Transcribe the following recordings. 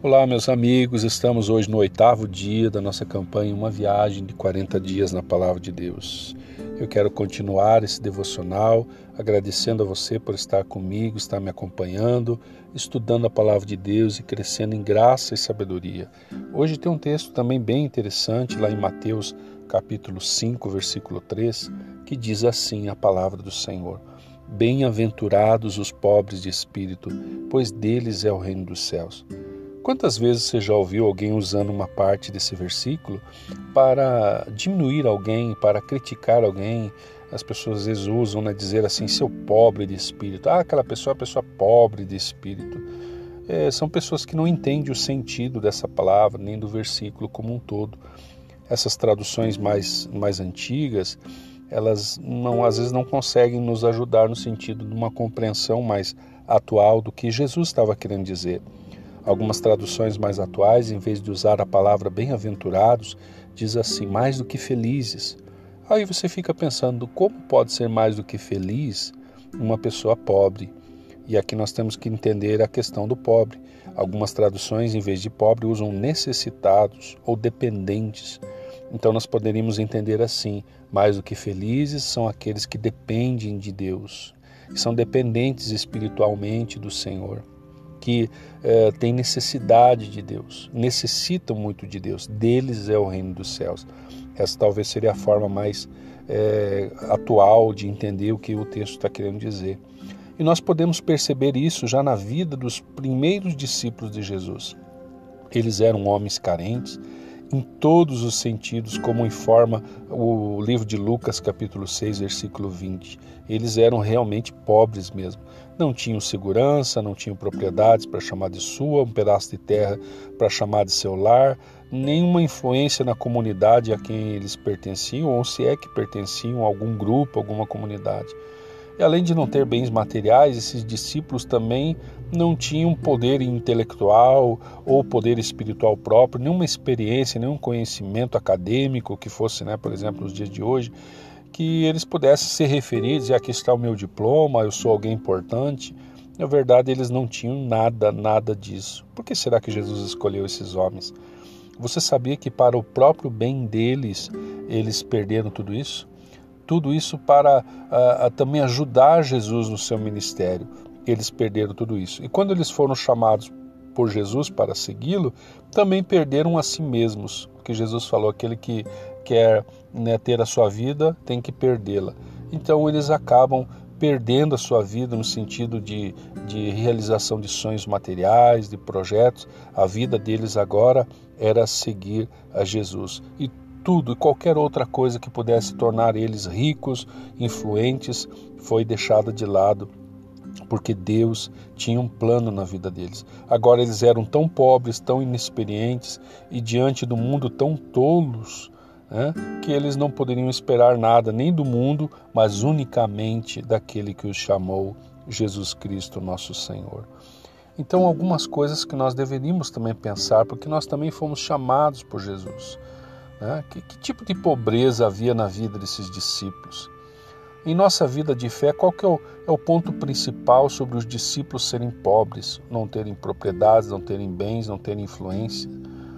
Olá, meus amigos, estamos hoje no 8º dia da nossa campanha, uma viagem de 40 dias na Palavra de Deus. Eu quero continuar esse devocional agradecendo a você por estar comigo, estar me acompanhando, estudando a Palavra de Deus e crescendo em graça e sabedoria. Hoje tem um texto também bem interessante lá em Mateus capítulo 5, versículo 3, que diz assim a palavra do Senhor: Bem-aventurados os pobres de espírito, pois deles é o reino dos céus. Quantas vezes você já ouviu alguém usando uma parte desse versículo para diminuir alguém, para criticar alguém? As pessoas às vezes usam, dizer assim, seu pobre de espírito. Aquela pessoa é uma pessoa pobre de espírito. São pessoas que não entendem o sentido dessa palavra, nem do versículo como um todo. Essas traduções mais antigas, elas às vezes não conseguem nos ajudar no sentido de uma compreensão mais atual do que Jesus estava querendo dizer. Algumas traduções mais atuais, em vez de usar a palavra bem-aventurados, diz assim, mais do que felizes. Aí você fica pensando, como pode ser mais do que feliz uma pessoa pobre? E aqui nós temos que entender a questão do pobre. Algumas traduções, em vez de pobre, usam necessitados ou dependentes. Então nós poderíamos entender assim, mais do que felizes são aqueles que dependem de Deus, que são dependentes espiritualmente do Senhor, que têm necessidade de Deus, necessitam muito de Deus, deles é o reino dos céus. Essa talvez seria a forma mais atual de entender o que o texto está querendo dizer. E nós podemos perceber isso já na vida dos primeiros discípulos de Jesus. Eles eram homens carentes, em todos os sentidos, como informa o livro de Lucas, capítulo 6, versículo 20. Eles eram realmente pobres mesmo. Não tinham segurança, não tinham propriedades para chamar de sua, um pedaço de terra para chamar de seu lar, nenhuma influência na comunidade a quem eles pertenciam, ou se é que pertenciam a algum grupo, alguma comunidade. E além de não ter bens materiais, esses discípulos também não tinham poder intelectual ou poder espiritual próprio, nenhuma experiência, nenhum conhecimento acadêmico que fosse, por exemplo, nos dias de hoje, que eles pudessem se referir, dizer, aqui está o meu diploma, eu sou alguém importante. Na verdade, eles não tinham nada disso. Por que será que Jesus escolheu esses homens? Você sabia que para o próprio bem deles, eles perderam tudo isso? Tudo isso para também ajudar Jesus no seu ministério. Eles perderam tudo isso. E quando eles foram chamados por Jesus para segui-lo, também perderam a si mesmos. Porque Jesus falou, aquele que quer ter a sua vida tem que perdê-la. Então eles acabam perdendo a sua vida no sentido de realização de sonhos materiais, de projetos. A vida deles agora era seguir a Jesus. E tudo e qualquer outra coisa que pudesse tornar eles ricos, influentes, foi deixada de lado, porque Deus tinha um plano na vida deles. Agora eles eram tão pobres, tão inexperientes e diante do mundo tão tolos, que eles não poderiam esperar nada nem do mundo, mas unicamente daquele que os chamou, Jesus Cristo, nosso Senhor. Então, algumas coisas que nós deveríamos também pensar, porque nós também fomos chamados por Jesus. Que tipo de pobreza havia na vida desses discípulos? Em nossa vida de fé, qual que é o ponto principal sobre os discípulos serem pobres, não terem propriedades, não terem bens, não terem influência?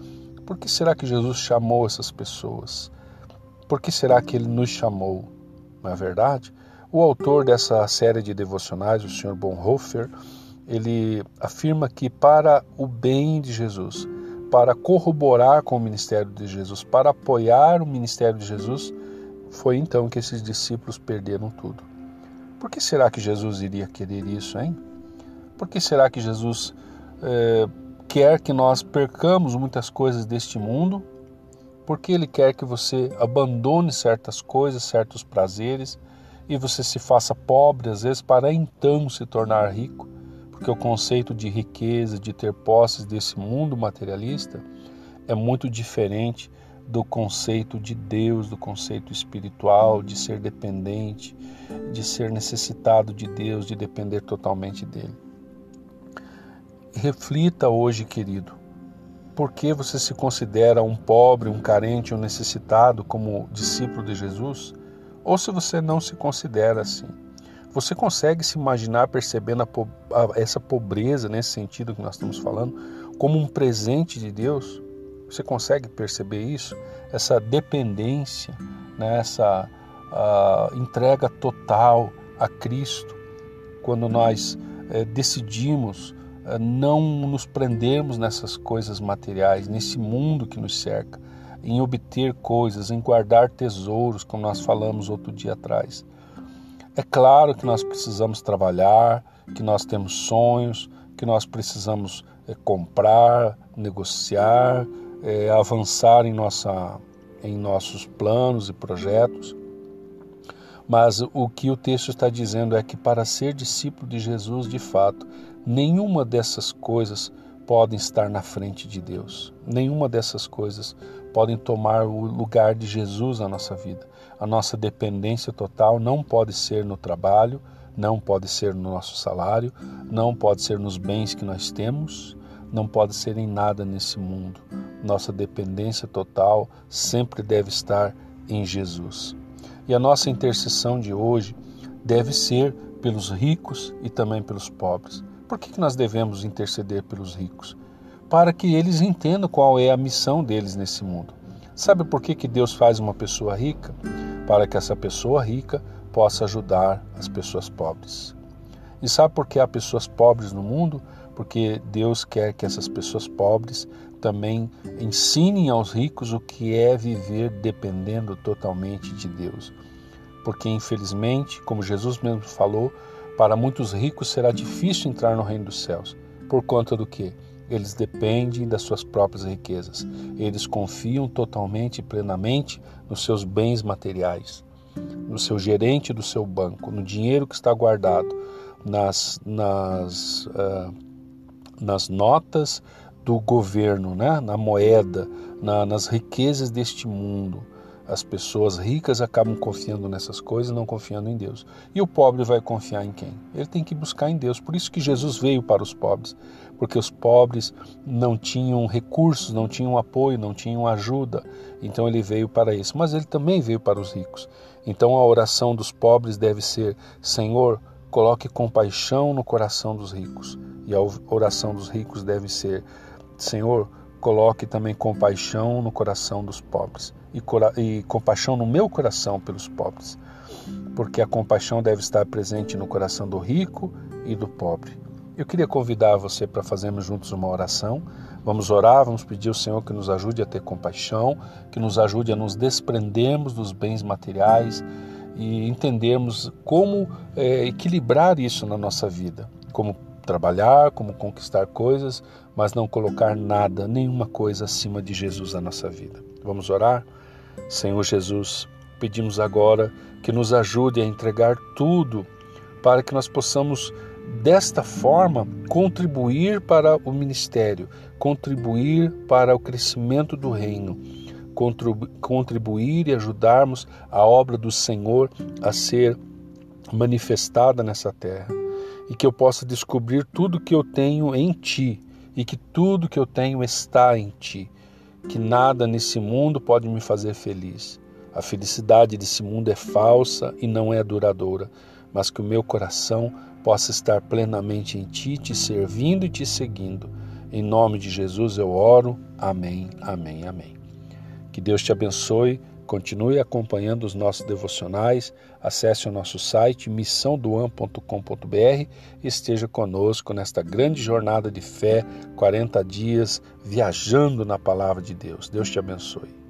Por que será que Jesus chamou essas pessoas? Por que será que Ele nos chamou? Não é verdade? O autor dessa série de devocionais, o Sr. Bonhoeffer, ele afirma que para o bem de Jesus, para corroborar com o ministério de Jesus, para apoiar o ministério de Jesus, foi então que esses discípulos perderam tudo. Por que será que Jesus iria querer isso, hein? Por que será que Jesus quer que nós percamos muitas coisas deste mundo? Porque Ele quer que você abandone certas coisas, certos prazeres, e você se faça pobre, às vezes, para então se tornar rico. Porque o conceito de riqueza, de ter posses desse mundo materialista é muito diferente do conceito de Deus, do conceito espiritual, de ser dependente, de ser necessitado de Deus, de depender totalmente dele. Reflita hoje, querido, por que você se considera um pobre, um carente, um necessitado como discípulo de Jesus? Ou se você não se considera assim? Você consegue se imaginar percebendo essa pobreza nesse sentido que nós estamos falando? como um presente de Deus. Você consegue perceber isso? Essa dependência, né? Essa entrega total a Cristo, quando nós decidimos não nos prendermos nessas coisas materiais, nesse mundo que nos cerca, em obter coisas, em guardar tesouros, como nós falamos outro dia atrás. É claro que nós precisamos trabalhar, que nós temos sonhos, que nós precisamos comprar, negociar, avançar em nossos planos e projetos. Mas o que o texto está dizendo é que para ser discípulo de Jesus, de fato, nenhuma dessas coisas podem estar na frente de Deus. Nenhuma dessas coisas podem tomar o lugar de Jesus na nossa vida. A nossa dependência total não pode ser no trabalho, não pode ser no nosso salário, não pode ser nos bens que nós temos, não pode ser em nada nesse mundo. Nossa dependência total sempre deve estar em Jesus. E a nossa intercessão de hoje deve ser pelos ricos e também pelos pobres. Por que nós devemos interceder pelos ricos? Para que eles entendam qual é a missão deles nesse mundo. Sabe por que Deus faz uma pessoa rica? Para que essa pessoa rica possa ajudar as pessoas pobres. E sabe por que há pessoas pobres no mundo? Porque Deus quer que essas pessoas pobres também ensinem aos ricos o que é viver dependendo totalmente de Deus. Porque, infelizmente, como Jesus mesmo falou, para muitos ricos será difícil entrar no reino dos céus. Por conta do quê? Eles dependem das suas próprias riquezas. Eles confiam totalmente e plenamente nos seus bens materiais, no seu gerente do seu banco, no dinheiro que está guardado, nas notas do governo, né? Na moeda, nas riquezas deste mundo. As pessoas ricas acabam confiando nessas coisas, não confiando em Deus. E o pobre vai confiar em quem? Ele tem que buscar em Deus. Por isso que Jesus veio para os pobres, porque os pobres não tinham recursos, não tinham apoio, não tinham ajuda. Então ele veio para isso. Mas ele também veio para os ricos. Então a oração dos pobres deve ser: Senhor, coloque compaixão no coração dos ricos. E a oração dos ricos deve ser: Senhor, coloque também compaixão no coração dos pobres e compaixão no meu coração pelos pobres, porque a compaixão deve estar presente no coração do rico e do pobre. Eu queria convidar você para fazermos juntos uma oração. Vamos orar, vamos pedir ao Senhor que nos ajude a ter compaixão, que nos ajude a nos desprendermos dos bens materiais e entendermos como equilibrar isso na nossa vida, como trabalhar, como conquistar coisas, mas não colocar nada, nenhuma coisa acima de Jesus na nossa vida. Vamos orar? Senhor Jesus, pedimos agora que nos ajude a entregar tudo para que nós possamos, desta forma, contribuir para o ministério, contribuir para o crescimento do reino, contribuir e ajudarmos a obra do Senhor a ser manifestada nessa terra. E que eu possa descobrir tudo que eu tenho em Ti, e que tudo que eu tenho está em Ti, que nada nesse mundo pode me fazer feliz. A felicidade desse mundo é falsa e não é duradoura, mas que o meu coração possa estar plenamente em Ti, Te servindo e Te seguindo. Em nome de Jesus eu oro. Amém, amém, amém. Que Deus te abençoe. Continue acompanhando os nossos devocionais, acesse o nosso site missãodoam.com.br e esteja conosco nesta grande jornada de fé, 40 dias, viajando na Palavra de Deus. Deus te abençoe.